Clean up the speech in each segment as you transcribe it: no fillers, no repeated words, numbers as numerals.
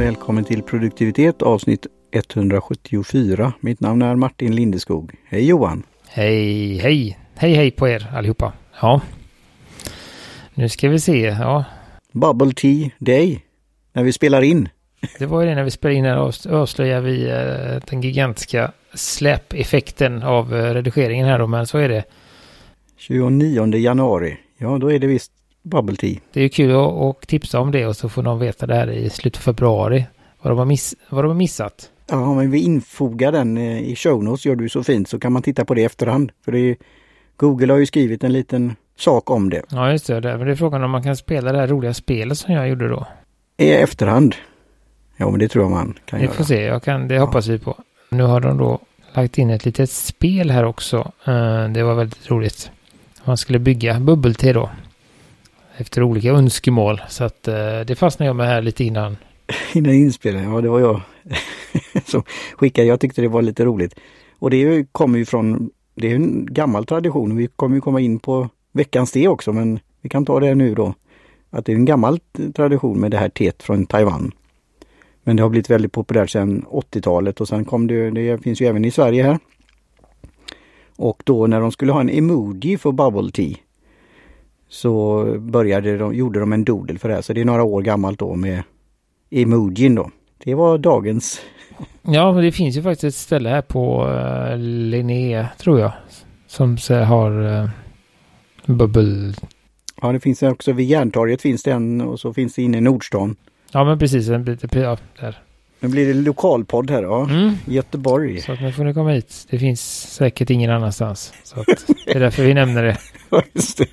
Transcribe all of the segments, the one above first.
Välkommen till produktivitet avsnitt 174. Mitt namn är Martin Lindeskog. Hej Johan. Hej på er allihopa. Ja. Nu ska vi se. Ja. Bubble Tea Day. När vi spelar in. Det var ju det när vi spelade in här avslöjar vi den gigantiska släpeffekten av redigeringen här då, men så är det. 29 januari. Ja, då är det visst Bubble Tea. Det är ju kul att tipsa om det och så får de veta det här i slutet av februari. Vad de har missat. Ja, men vi infogar den i show notes, gör du så fint, så kan man titta på det i efterhand. För det är, Google har ju skrivit en liten sak om det. Ja, just det. Men det är frågan om man kan spela det här roliga spelet som jag gjorde då. I efterhand. Ja, men det tror jag man kan göra. Vi får se, det hoppas vi på. Nu har de då lagt in ett litet spel här också. Det var väldigt roligt. Man skulle bygga bubbel-te då. Efter olika önskemål. Så att det fastnade jag med här lite innan. Innan inspelningen, ja det var jag som skickade. Jag tyckte det var lite roligt. Och det kommer ju från, det är en gammal tradition. Vi kommer ju komma in på veckans te också, men vi kan ta det nu då. Att det är en gammal tradition med det här teet från Taiwan. Men det har blivit väldigt populärt sedan 80-talet och sen kom det finns ju även i Sverige här. Och då när de skulle ha en emoji för bubble tea så gjorde de en doodle för det här. Så det är några år gammalt då med emojin då. Det var dagens. Ja, men det finns ju faktiskt ett ställe här på Linnea tror jag som har bubbel. Ja, det finns också vid Järntorget finns det en och så finns det inne i Nordstan. Ja, men precis. Ja, där. Nu blir det lokalpodd här då. Göteborg. Så att nu får ni komma hit. Det finns säkert ingen annanstans. Så att det är därför vi nämner det. Ja, just det.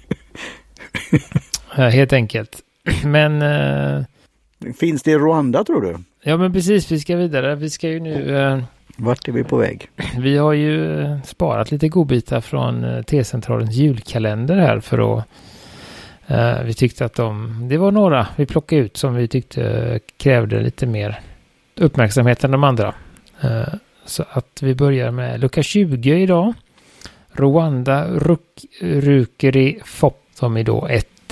Helt enkelt. Men... finns det i Rwanda tror du? Ja, men precis. Vi ska vidare. Vi ska ju nu... Vart är vi på väg? Vi har ju sparat lite godbitar från T-centralens julkalender här för att... vi tyckte att det var några vi plockade ut som vi tyckte krävde lite mer uppmärksamhet än de andra. Så att vi börjar med lucka 20 idag. Rwanda Rukeri Fop som är då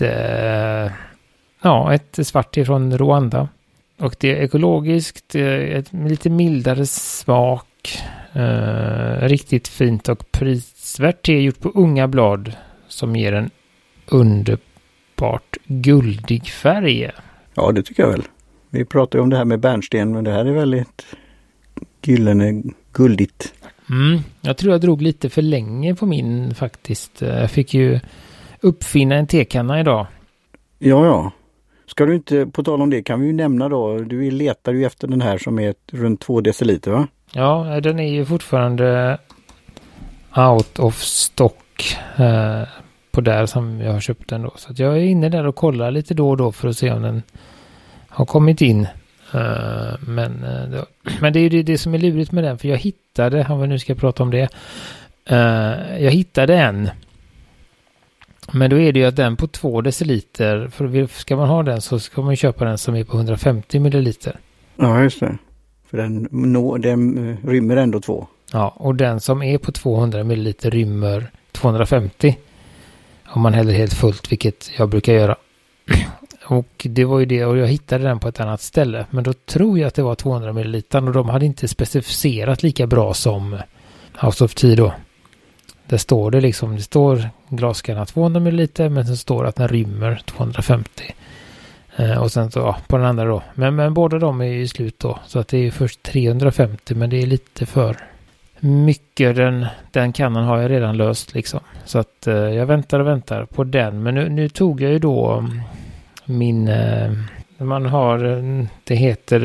ett svart ifrån Rwanda. Och det är ekologiskt, lite mildare smak, riktigt fint och prisvärt te gjort på unga blad som ger en underbart guldig färg. Ja, det tycker jag väl. Vi pratade ju om det här med bärnsten, men det här är väldigt gyllene, guldigt. Jag tror jag drog lite för länge på min faktiskt. Jag fick ju uppfinna en tekanna idag. Ja. Ska du inte, på tal om det, kan vi ju nämna då, du letar ju efter den här som är runt 2 deciliter va? Ja, den är ju fortfarande out of stock på där som jag har köpt den då. Så att jag är inne där och kollar lite då och då för att se om den har kommit in. Men det är ju det som är lurigt med den, för jag hittade, om vi nu ska prata om det, jag hittade en. Men då är det ju att den på 2 deciliter, för ska man ha den så ska man köpa den som är på 150 milliliter. Ja, just det. För den rymmer ändå 2. Ja, och den som är på 200 milliliter rymmer 250. Om man häller helt fullt, vilket jag brukar göra. Och det var ju det, och jag hittade den på ett annat ställe. Men då tror jag att det var 200 milliliter och de hade inte specificerat lika bra som House of Tea då. Där står det liksom, det står glaskanna 200 milliliter men så står det att den rymmer 250. Och sen så på den andra då. Men båda de är ju slut då. Så att det är först 350 men det är lite för mycket. Den kannan har jag redan löst liksom. Så att jag väntar på den. Men nu tog jag ju då min... man har... Det heter...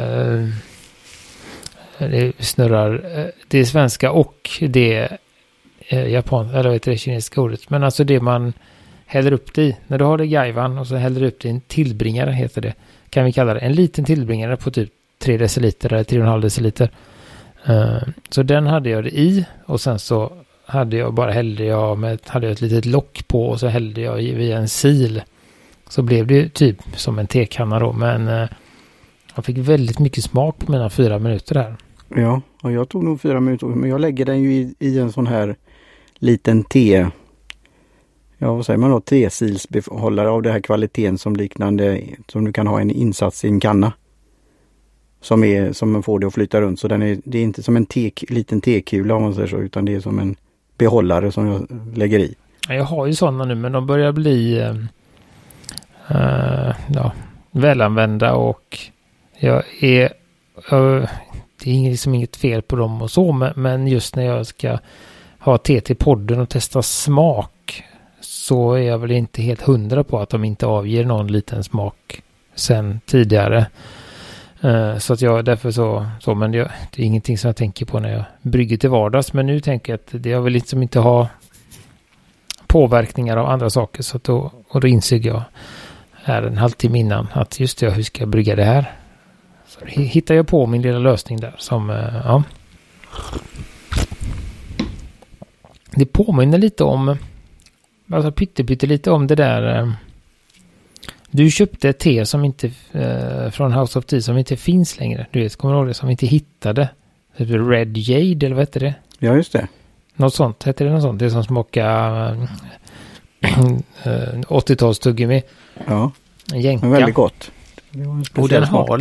det snurrar... det är svenska och det japan, eller vet det kinesiska ordet. Men alltså det man häller upp det i. När du har det gaivan och så häller du upp det i en tillbringare heter det. Kan vi kalla det. En liten tillbringare på typ 3 deciliter eller 3,5 deciliter. Så den hade jag det i och sen så hade jag ett litet lock på och så hällde jag via en sil. Så blev det typ som en tekanna då. Men jag fick väldigt mycket smak på mina 4 minuter här. Ja, och jag tog nog 4 minuter. Men jag lägger den ju i en sån här liten vad säger man då? Tesilsbehållare av det här kvaliteten som liknande, som du kan ha en insats i en kanna. som får det att flyta runt. Så det är inte som en liten tekula om man säger så, utan det är som en behållare som jag lägger i. Jag har ju sådana nu, men de börjar bli välanvända och det är liksom inget fel på dem och så, men just när jag ska ha TT-podden och testa smak så är jag väl inte helt 100 på att de inte avger någon liten smak sen tidigare. Så att jag därför så men det är ingenting som jag tänker på när jag brygger till vardags, men nu tänker jag att jag vill liksom inte ha påverkningar av andra saker, så att då insåg jag här en halvtimme innan att just det, hur ska jag brygga det här? Så hittar jag på min lilla lösning där som det påminner lite om, alltså pytte lite om det där. Du köpte ett te som inte från House of Tea som inte finns längre. Du vet, kommer du ihåg det, som vi inte hittade? Red Jade eller vad heter det? Ja, just det. Något sånt, heter det något sånt? Det som smakar 80-tals tuggummi. Ja, Jänka. väldigt gott. Och den har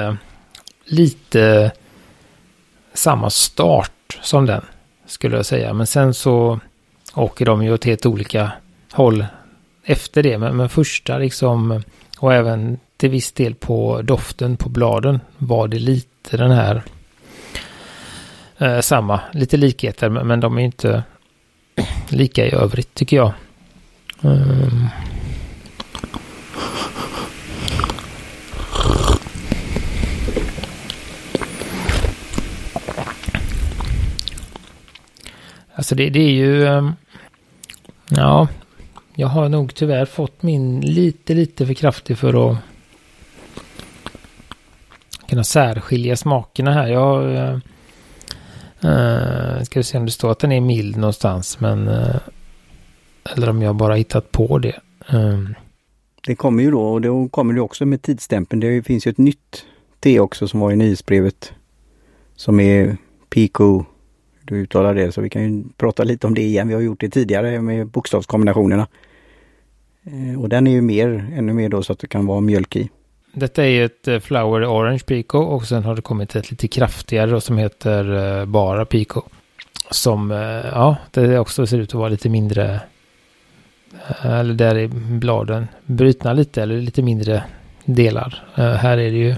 lite samma start som den, skulle jag säga. Men sen så åker de ju åt helt olika håll efter det. Men första liksom, och även till viss del på doften på bladen var det lite den här samma, lite likheter, men de är inte lika i övrigt tycker jag. Alltså det är ju ja, jag har nog tyvärr fått min lite för kraftig för att kunna särskilja smakerna här. Jag ska vi se om det står att den är mild någonstans, men eller om jag bara hittat på det. Det kommer ju då, och då kommer det också med tidsstämpeln. Det finns ju ett nytt te också som var i nyhetsbrevet som är Pico. Du uttalar det, så vi kan ju prata lite om det igen. Vi har gjort det tidigare med bokstavskombinationerna. Och den är ju ännu mer då, så att det kan vara mjölk i. Detta är ett Flower Orange Pico, och sen har det kommit ett lite kraftigare då, som heter bara Pico. Som, det också ser ut att vara lite mindre, eller där är bladen brutna lite, eller lite mindre delar. Här är det ju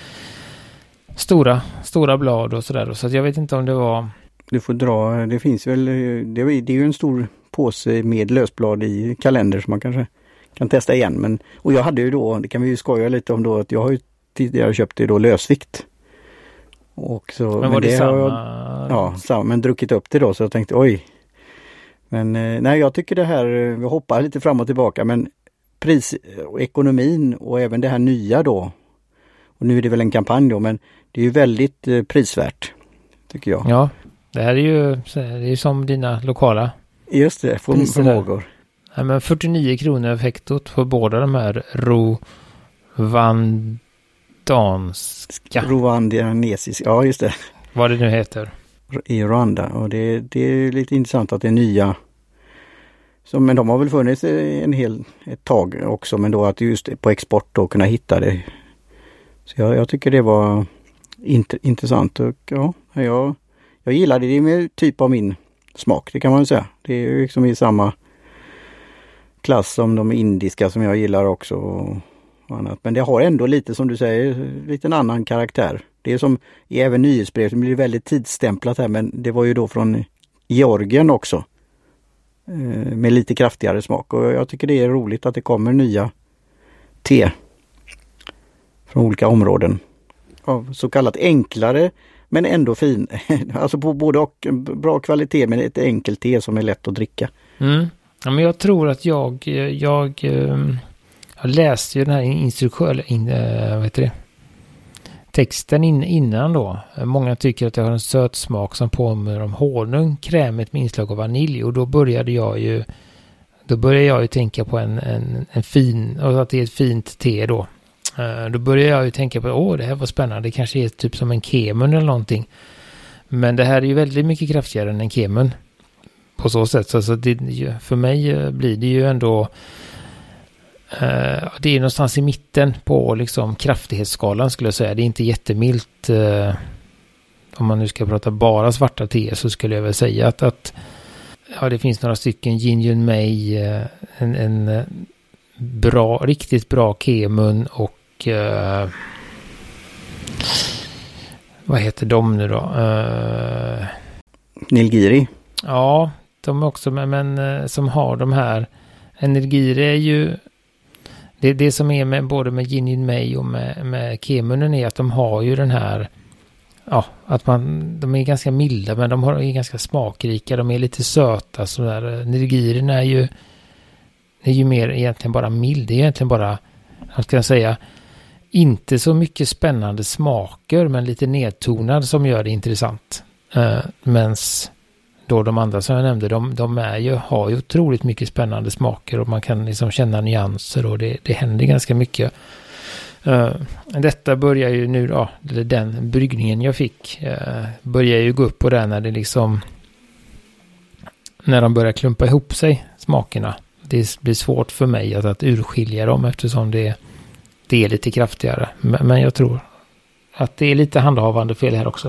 stora blad och sådär. Så att jag vet inte om det var... Du får dra, det finns väl, det är ju en stor påse med lösblad i kalender som man kanske kan testa igen. Men, och jag hade ju då, det kan vi ju skoja lite om då, att jag har ju tidigare köpt det då lösvikt. Och så, men var det samma? Ja, samma, men druckit upp det då, så jag tänkte oj. Men nej, jag tycker det här, vi hoppar lite fram och tillbaka, men pris och ekonomin och även det här nya då, och nu är det väl en kampanj då, men det är ju väldigt prisvärt, tycker jag. Ja, det här är ju som dina lokala. Just det, förmågor. Ja, men 49 kronor effektot för båda de här rwandanesiska, ja just det. Vad det nu heter. I Rwanda, och det är lite intressant att det är nya. Men de har väl funnits ett tag också, men då att just på export då kunna hitta det. Så jag tycker det var intressant, och ja, jag gillar det. Det är med typ av min smak, det kan man säga. Det är ju liksom i samma klass som de indiska som jag gillar också och annat. Men det har ändå lite, som du säger, lite en annan karaktär. Det är som i även nyhetsbrevet, det blir väldigt tidsstämplat här, men det var ju då från Georgien också. Med lite kraftigare smak, och jag tycker det är roligt att det kommer nya te från olika områden. Av så kallat enklare men ändå fin. Alltså på både och bra kvalitet, men ett enkelt te som är lätt att dricka. Mm. Ja, men jag tror att jag läste ju den här texten innan då. Många tycker att det har en söt smak som påminner om honung, krämigt med inslag av vanilj, och då började jag ju tänka på en fin, och att det är ett fint te då. Då började jag ju tänka på, det här var spännande, det kanske är typ som en kemun eller någonting. Men det här är ju väldigt mycket kraftigare än en kemun på så sätt. Så det, för mig blir det ju ändå Det är någonstans i mitten på liksom kraftighetsskalan skulle jag säga. Det är inte jättemilt. Om man nu ska prata bara svarta te så skulle jag väl säga att det finns några stycken Yin Mei, en bra, riktigt bra Kemun och vad heter de nu då? Nilgiri. Ja, de är också men som har de här. Nilgiri är ju det som är med både med Yin Mei och med Kemunen är att de har ju den här att de är ganska milda men de är ganska smakrika, de är lite söta sådär. Nilgirin är ju mer egentligen bara mild, det är egentligen bara, jag ska säga, inte så mycket spännande smaker men lite nedtonad som gör det intressant. Mens då de andra som jag nämnde, de har ju otroligt mycket spännande smaker och man kan liksom känna nyanser och det händer ganska mycket. Detta börjar ju nu då, eller den bryggningen jag fick börjar ju gå upp på det när det liksom när de börjar klumpa ihop sig smakerna. Det blir svårt för mig att urskilja dem eftersom det är lite kraftigare. Men jag tror att det är lite handhavande fel här också.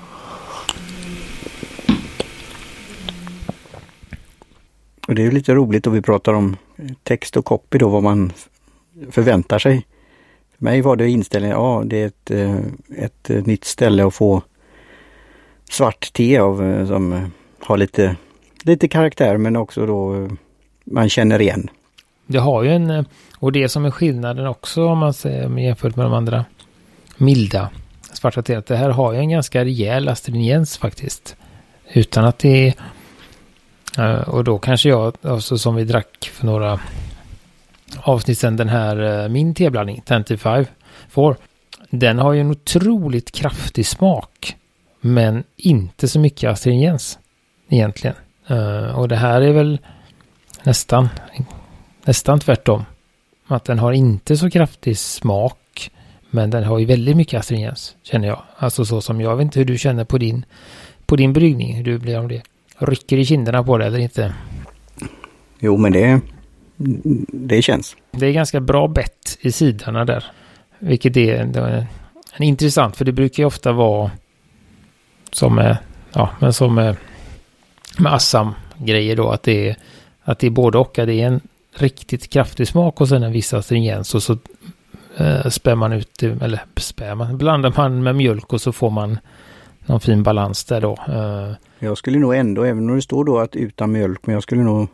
Och det är ju lite roligt då vi pratar om text och copy då, vad man förväntar sig. För mig var det inställningen, det är ett nytt ställe att få svart te av som har lite karaktär men också då man känner igen. Det har ju och det som är skillnaden också om man säger jämfört med de andra milda svarta te, att det här har ju en ganska rejäl astringens faktiskt. Utan att det och då kanske jag, alltså som vi drack för några avsnitt sedan, den här min teblandning 10-5 den har ju en otroligt kraftig smak men inte så mycket astringens egentligen. Och det här är väl nästan tvärtom, att den har inte så kraftig smak men den har ju väldigt mycket astringens, känner jag. Alltså så som jag vet inte hur du känner på din bryggning, hur du blir om det rycker i kinderna på det eller inte. Jo, men det känns. Det är ganska bra bett i sidorna där. Vilket är intressant, för det brukar ju ofta vara som med Assam-grejer då, att det är både och, att det är en riktigt kraftig smak och sen en viss astringens och så blandar man med mjölk och så får man någon fin balans där då. Jag skulle nog ändå, även om det står då att utan mjölk, men jag skulle nog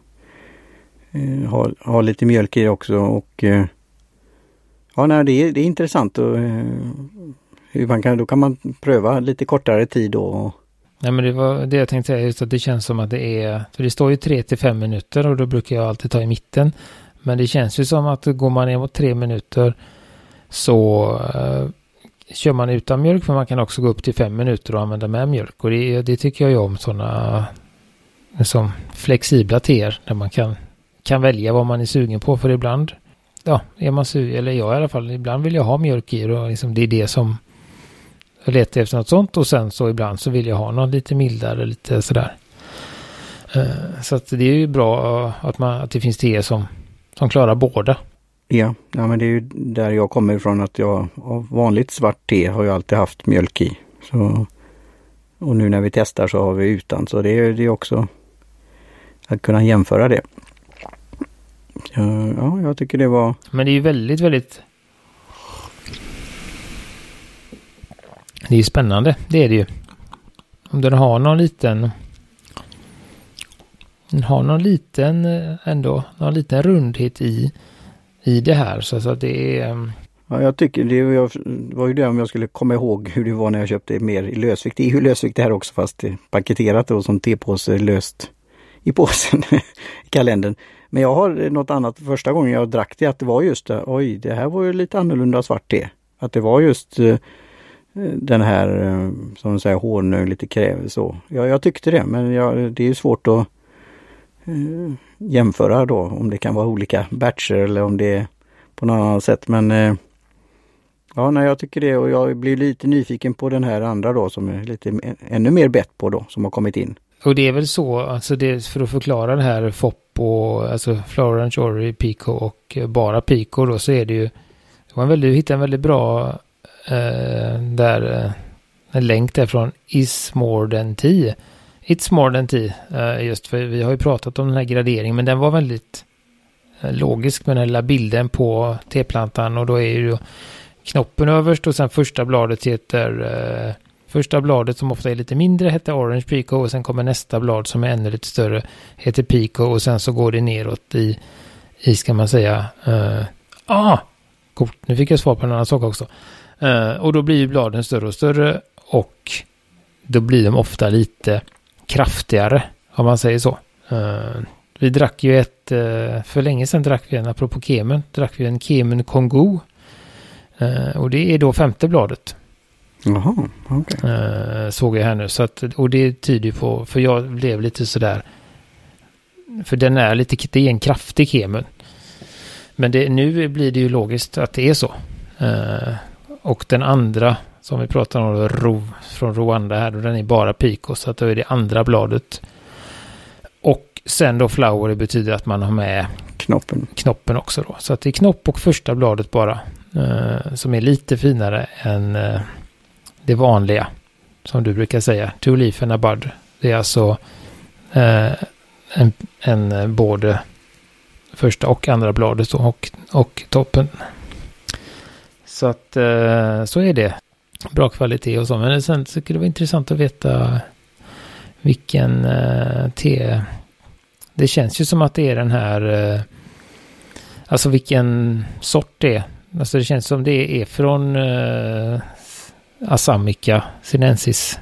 ha lite mjölk i också och det är intressant och då kan man pröva lite kortare tid då. Nej, men det var det jag tänkte säga, just att det känns som att det är, för det står ju 3-5 minuter och då brukar jag alltid ta i mitten, men det känns ju som att går man ner mot 3 minuter så kör man utan mjölk, men man kan också gå upp till 5 minuter och använda med mjölk. Och det tycker jag ju om, sådana som flexibla teer där man kan välja vad man är sugen på. För ibland är man sugen, eller jag i alla fall, ibland vill jag ha mjölk i och liksom det är det som jag letar efter, något sånt. Och sen så ibland så vill jag ha något lite mildare, lite sådär. Så att det är ju bra att det finns teer som klarar båda. Ja, men det är ju där jag kommer ifrån, att jag av vanligt svart te har jag alltid haft mjölk i. Så, och nu när vi testar så har vi utan, så det är också att kunna jämföra det. Ja, jag tycker det var... Men det är ju väldigt, väldigt... Det är ju spännande, det är det ju. Om den har någon liten... Den har någon liten rundhet i det här, så att det är... Ja, jag tycker det var ju det, om jag skulle komma ihåg hur det var när jag köpte mer i lösvikt. Det är ju lösvikt det här också, fast det är paketerat och som tepåse löst i påsen i kalendern. Men jag har något annat första gången jag drack det, att det var just det, det här var ju lite annorlunda svart te. Att det var just den här, som du säger, honung, lite kräv så. Ja, jag tyckte det, men det är ju svårt att jämföra då, om det kan vara olika batcher eller om det är på något annat sätt. Men jag tycker det, och jag blir lite nyfiken på den här andra då, som är lite ännu mer bett på då, som har kommit in. Och det är väl så, alltså det, för att förklara det här på alltså Florence, Orry, Pico och bara Pico då, så är det ju du hittar en väldigt bra en länk därifrån Is more than tea. It's more than tea. Just för vi har ju pratat om den här graderingen, men den var väldigt logisk med den lilla bilden på teplantan, och då är ju knoppen överst och sen första bladet heter första bladet som ofta är lite mindre heter Orange Pico, och sen kommer nästa blad som är ännu lite större heter Pico, och sen så går det neråt i ska man säga coolt, nu fick jag svar på en annan sak också. Och då blir ju bladen större och större, och då blir de ofta lite kraftigare om man säger så. Vi drack ju för länge sedan drack vi apropå Kemen, drack vi en Kemen Kongo. Och det är då 5:e bladet. Jaha, okej. Såg jag här nu. Så att, och det tyder på, för jag blev lite sådär, för det är en kraftig Kemen. Men nu blir det ju logiskt att det är så. Och den andra som vi pratar om från Rwanda här, då den är bara Pico, så att då är det andra bladet. Och sen då flower betyder att man har med knoppen också då. Så att det är knopp och första bladet bara som är lite finare än det vanliga, som du brukar säga. Two leaf and a bud. Det är alltså en både första och andra bladet och toppen. Så att så är det. Bra kvalitet och så. Men sen tycker det var intressant att veta vilken te. Det känns ju som att det är den här alltså vilken sort det är. Alltså det känns som det är från Assamica sinensis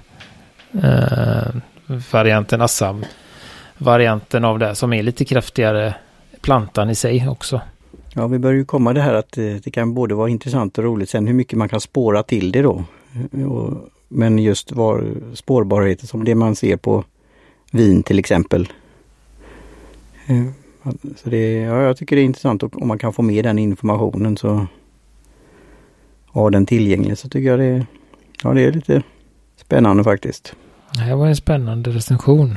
varianten Assam. Varianten av det som är lite kraftigare plantan i sig också. Ja, vi börjar ju komma det här att det kan både vara intressant och roligt. Sen hur mycket man kan spåra till det då. Men just spårbarheten som det man ser på vin till exempel. Så jag tycker det är intressant om man kan få med den informationen så ha den tillgänglig, så tycker jag det är lite spännande faktiskt. Det var en spännande recension.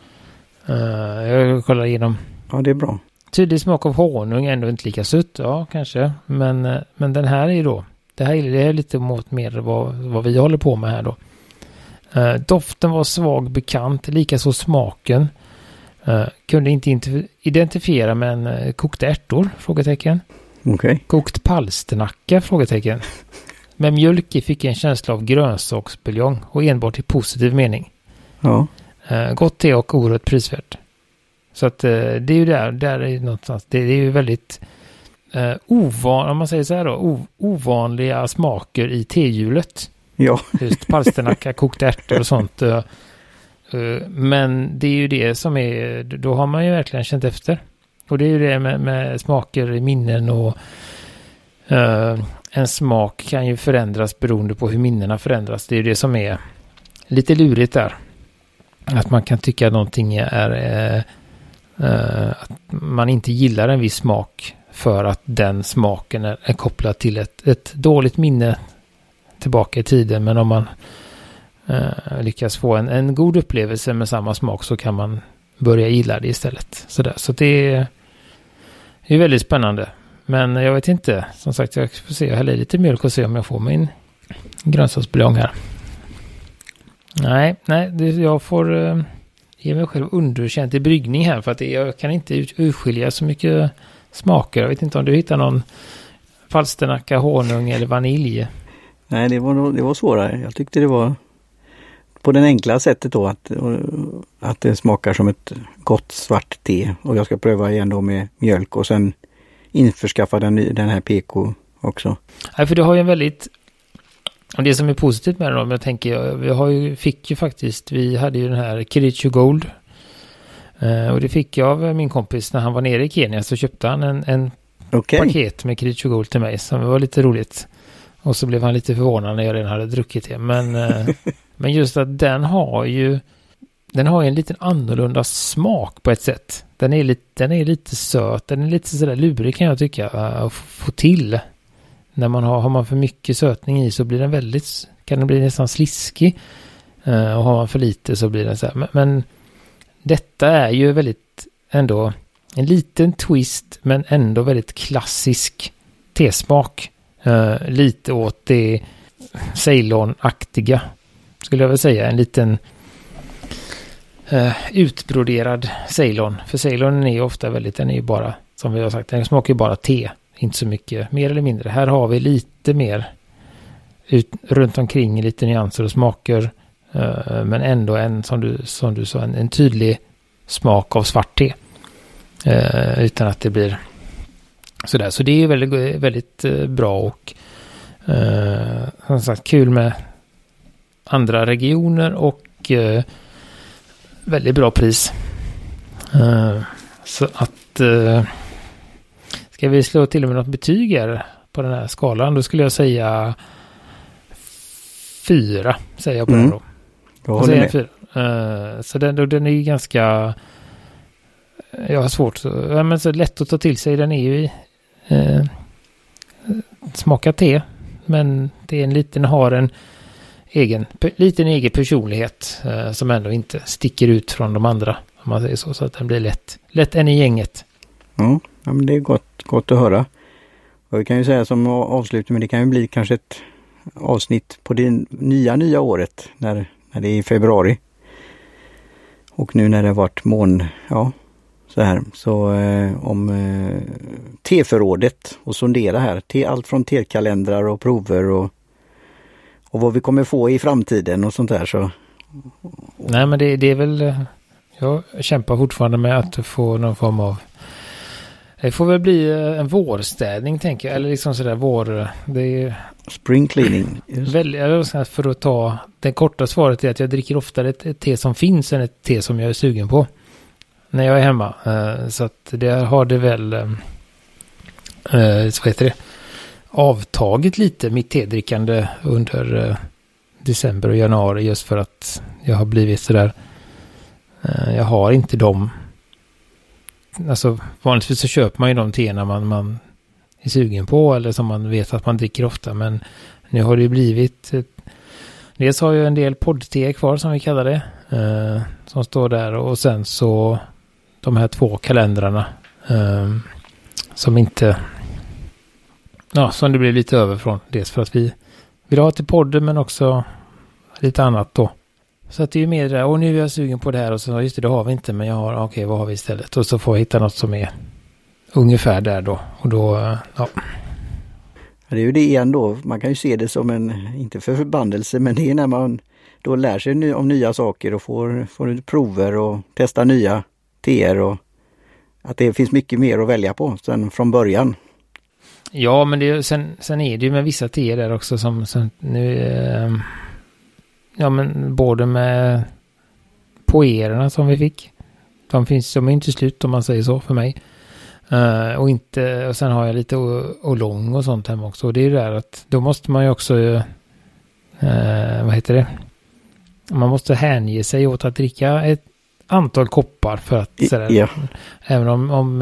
Jag kollar igenom. Ja, det är bra. Tydlig smak av honung, ändå inte lika sött. Ja, kanske. Men den här är då, det är lite mot mer vad vi håller på med här då. Doften var svag bekant, likaså smaken. Kunde inte identifiera med en kokta ärtor, frågetecken. Okay. Kokt palsternacka, frågetecken. Med mjölk i fick en känsla av grönsaksbuljong och enbart i positiv mening. Ja. Gott te och oerhört prisvärt. Så att det är ju där är någonstans. Det är ju väldigt om man säger så här då, ovanliga smaker i tehjulet. Ja. Just palsternacka, kokt ärtor och sånt. Men det är ju det som är, då har man ju verkligen känt efter. Och det är ju det med smaker i minnen och en smak kan ju förändras beroende på hur minnena förändras. Det är ju det som är lite lurigt där. Att man kan tycka att någonting är att man inte gillar en viss smak för att den smaken är kopplad till ett dåligt minne tillbaka i tiden. Men om man lyckas få en god upplevelse med samma smak så kan man börja gilla det istället. Så det är väldigt spännande. Men jag vet inte. Som sagt, jag får se. Jag häller lite mjölk och se om jag får min grönsaksbuljong här. Nej, jag får ge mig själv underkänt i bryggning här för att jag kan inte urskilja så mycket smaker. Jag vet inte om du hittar någon palsternacka, honung eller vanilj. Nej, det var svårare. Jag tyckte det var på den enkla sättet då att det smakar som ett gott svart te. Och jag ska pröva igen då med mjölk och sen införskaffa den här PK också. Nej, för det har ju en väldigt... Och det som är positivt med den, jag tänker, vi hade ju den här Kiricho Gold. Och det fick jag av min kompis när han var nere i Kenya, så köpte han en paket med Kiricho Gold till mig som var lite roligt. Och så blev han lite förvånad när jag redan hade druckit det. Men just att den har ju en liten annorlunda smak på ett sätt. Den är lite söt, den är lite sådär lurig kan jag tycka att få till. När man har man för mycket sötning i så blir den kan den bli nästan sliskig. Och har man för lite så blir den så här. Men detta är ju väldigt ändå en liten twist men ändå väldigt klassisk tesmak. Lite åt det Ceylon-aktiga skulle jag väl säga. En liten utbroderad Ceylon. För Ceylon är ju ofta den är ju bara, som vi har sagt, den smakar ju bara te. Inte så mycket, mer eller mindre. Här har vi lite mer runt omkring, lite nyanser och smaker. Men ändå en, som du sa, en tydlig smak av svart te. Utan att det blir sådär. Så det är ju väldigt, väldigt bra och som sagt kul med andra regioner och väldigt bra pris. Så att ska vi slå till och med något betyg här på den här skalan, då skulle jag säga 4 säger jag på den då. Jag håller med. 4. Så den är ju ganska, jag har svårt men så lätt att ta till sig. Den är ju smakar te, men det är har en liten egen personlighet som ändå inte sticker ut från de andra, om man säger så att den blir lätt en i gänget. Ja, men det är gott att höra. Och vi kan ju säga som avslutning, men det kan ju bli kanske ett avsnitt på det nya året när det är i februari. Och nu när det har varit om teförrådet och sondera här. Allt från tekalendrar och prover och vad vi kommer få i framtiden och sånt där. Så. Nej, men det är väl, jag kämpar fortfarande med att få någon form av, det får väl bli en vårstädning tänker jag, eller liksom sådär det är spring cleaning. För att ta det korta svaret är att jag dricker oftare ett te som finns än ett te som jag är sugen på när jag är hemma. Så att det har det väl avtagit lite mitt tedrickande under december och januari, just för att jag har blivit sådär, jag har inte dem, alltså vanligtvis så köper man ju de teerna man är sugen på eller som man vet att man dricker ofta, men nu har det ju blivit dels har jag en del poddte kvar som vi kallar det, som står där, och sen så de här 2 kalendrarna som inte, som det blir lite över från, dels för att vi vill ha till podden men också lite annat då. Så att det är ju mer där, och nu är jag sugen på det här och så just det har vi inte, men jag har, okej, vad har vi istället? Och så får jag hitta något som är ungefär där då, och då, ja. Det är ju det igen då, man kan ju se det som inte för förbannelse, men det är när man då lär sig om nya saker och får prover och testa nya teer, och att det finns mycket mer att välja på sen från början. Ja, men sen är det ju med vissa teer där också som nu, men både med poererna som vi fick, de är inte slut om man säger så för mig. Och sen har jag lite olong och sånt hemma också. Och det är ju där att då måste man ju också man måste hänge sig åt att dricka ett antal koppar för att även om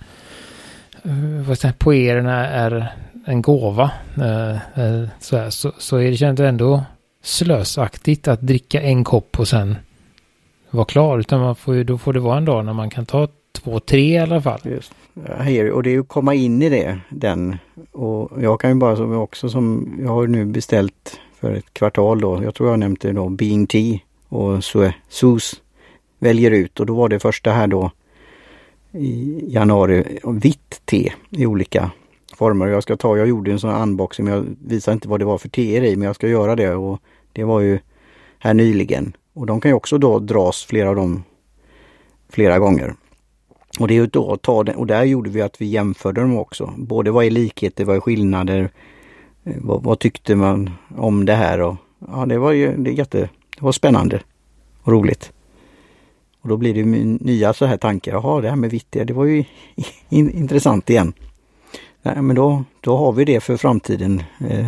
poererna är en gåva så är det känt ändå slösaktigt att dricka en kopp och sen vara klar, utan då får det vara en dag när man kan ta 2-3 i alla fall. Just. Och det är ju att komma in i den, och jag kan ju bara som jag har nu beställt för ett kvartal då, jag tror jag nämnde då Being Tea och SUS väljer ut, och då var det första här då i januari vitt te i olika former. Jag gjorde en sån här unboxing, men jag visar inte vad det var för teer i, men jag ska göra det, och det var ju här nyligen, och de kan ju också då dras flera av dem flera gånger. Och det är ju då att ta den, och där gjorde vi att vi jämförde dem också. Både vad är likheter, vad är skillnader, vad tyckte man om det här, och ja, det var spännande och roligt. Och då blir det nya så här tankar. Jaha, det här med vitt, det var ju intressant igen. Nej, men då har vi det för framtiden.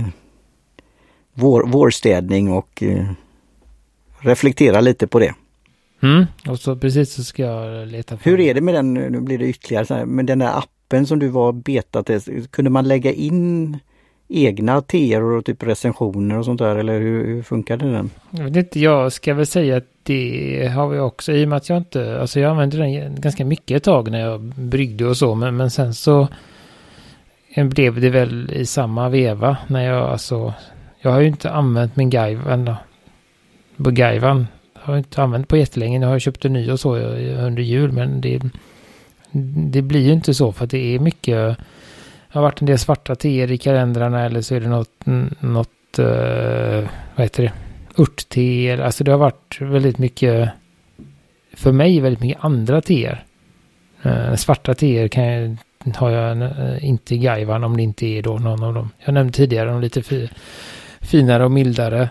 Vårstädning och reflektera lite på det. Och så precis så ska jag leta för. Hur är det med den, nu blir det ytterligare så här, med den där appen som du var betat, kunde man lägga in egna teer och typ recensioner och sånt där, eller hur funkar det den? Jag vet inte, jag ska väl säga att det har vi också, i och med att jag inte, alltså jag använde den ganska mycket ett tag när jag bryggde och så, men sen så blev det väl i samma veva när jag har ju inte använt min Gaivan då. Gaivan har jag inte använt på jättelänge, nu har jag köpt en ny och så under jul, men det blir ju inte så, för att det är mycket, det har varit en del svarta teer i kalendrarna, eller så är det något vad heter det, örtte, alltså det har varit väldigt mycket, för mig väldigt mycket andra teer. Svarta teer har jag inte i Gaivan, om det inte är då någon av dem. Jag nämnde tidigare de lite finare och mildare.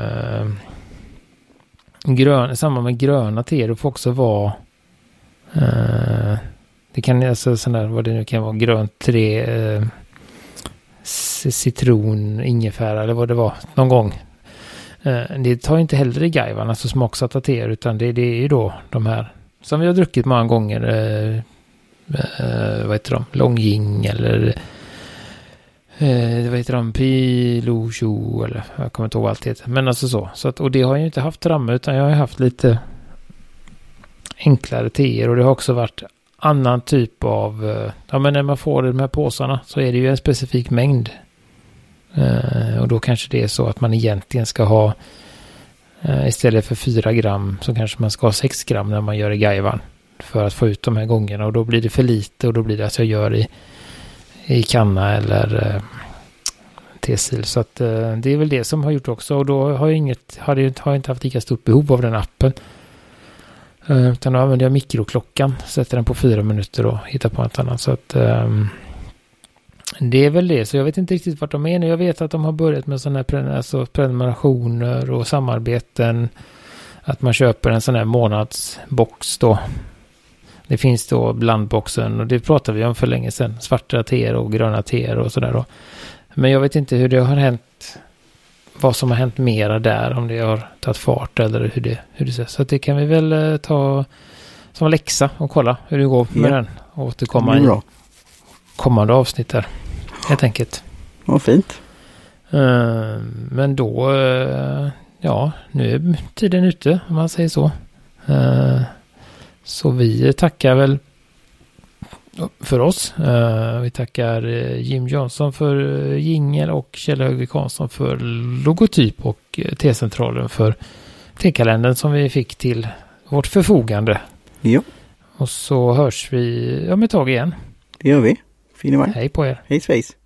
Samma med gröna teer, det får också vara det kan alltså sån där, vad det nu kan vara, grönt tre, citron, ingefära eller vad det var någon gång. Det tar inte heller i Gaivan, alltså smaksatta teer, utan det är ju då de här som vi har druckit många gånger, vad heter de? Longjing eller vad heter de? Pilosho eller jag kommer inte ihåg allt det. Men alltså så att, och det har jag ju inte haft framme, utan jag har haft lite enklare teer, och det har också varit annan typ av, ja men när man får de här påsarna så är det ju en specifik mängd. Och då kanske det är så att man egentligen ska ha istället för 4 gram så kanske man ska ha 6 gram när man gör i Gaivan för att få ut de här gångerna, och då blir det för lite, och då blir det att jag gör i kanna eller tesil. Så att det är väl det som har gjort också, och då har jag inte haft lika stort behov av den appen. Utan då använder jag mikroklockan, sätter den på 4 minuter och hittar på något annat. Så att det är väl det. Så jag vet inte riktigt vart de är nu. Jag vet att de har börjat med sådana här prenumerationer och samarbeten. Att man köper en sån här månadsbox då. Det finns då blandboxen, och det pratade vi om för länge sedan. Svarta teer och gröna teer och sådär då. Men jag vet inte hur det har hänt, vad som har hänt mera där, om det har tagit fart eller hur det ser. Så att det kan vi väl ta som läxa och kolla hur det går med den och återkomma i kommande avsnitt där, helt enkelt. Vad fint. Men då, ja, nu är tiden ute, om man säger så. Så vi tackar väl för oss. Vi tackar Jim Johnson för jingle och Kjell Högvik Hansson för logotyp och T-centralen för T-kalendern som vi fick till vårt förfogande. Jo. Och så hörs vi om ett tag igen. Det gör vi. Fin. Hej på er. Hej svejs.